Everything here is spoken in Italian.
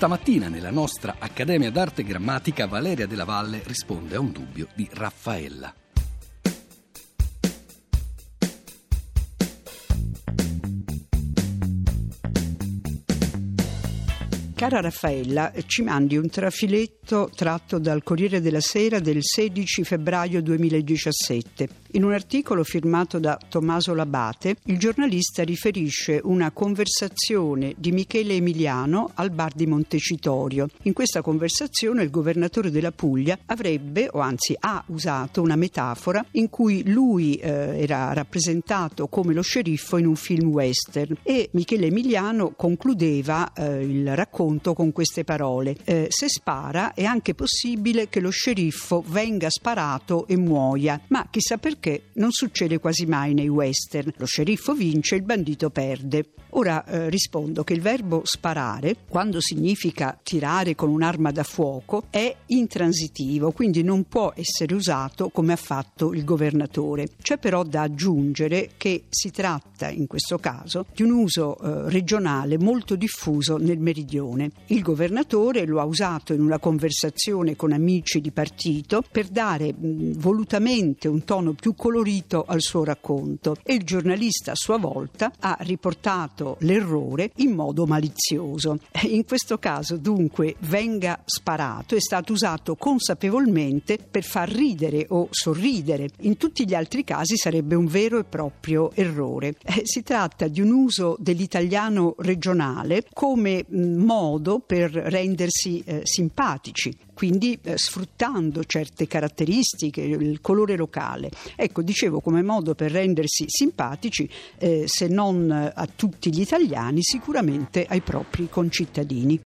Stamattina nella nostra Accademia d'Arte Grammatica Valeria Della Valle risponde a un dubbio di Raffaella. Cara Raffaella, ci mandi un trafiletto tratto dal Corriere della Sera del 16 febbraio 2017. In un articolo firmato da Tommaso Labate, il giornalista riferisce una conversazione di Michele Emiliano al bar di Montecitorio. In questa conversazione il governatore della Puglia avrebbe, o anzi ha usato una metafora in cui lui era rappresentato come lo sceriffo in un film western e Michele Emiliano concludeva il racconto con queste parole: se spara è anche possibile che lo sceriffo venga sparato e muoia, ma chissà perché non succede quasi mai nei western. Lo sceriffo vince, il bandito perde. Ora rispondo che il verbo sparare, quando significa tirare con un'arma da fuoco, è intransitivo, quindi non può essere usato come ha fatto il governatore. C'è però da aggiungere che si tratta in questo caso di un uso regionale molto diffuso nel meridione. Il governatore lo ha usato in una conversazione con amici di partito per dare volutamente un tono più colorito al suo racconto e il giornalista a sua volta ha riportato l'errore in modo malizioso. In questo caso dunque venga sparato è stato usato consapevolmente per far ridere o sorridere. In tutti gli altri casi sarebbe un vero e proprio errore. Si tratta di un uso dell'italiano regionale come modo per rendersi simpatici, quindi sfruttando certe caratteristiche, il colore locale. Ecco, dicevo, come modo per rendersi simpatici, se non a tutti gli italiani, sicuramente ai propri concittadini.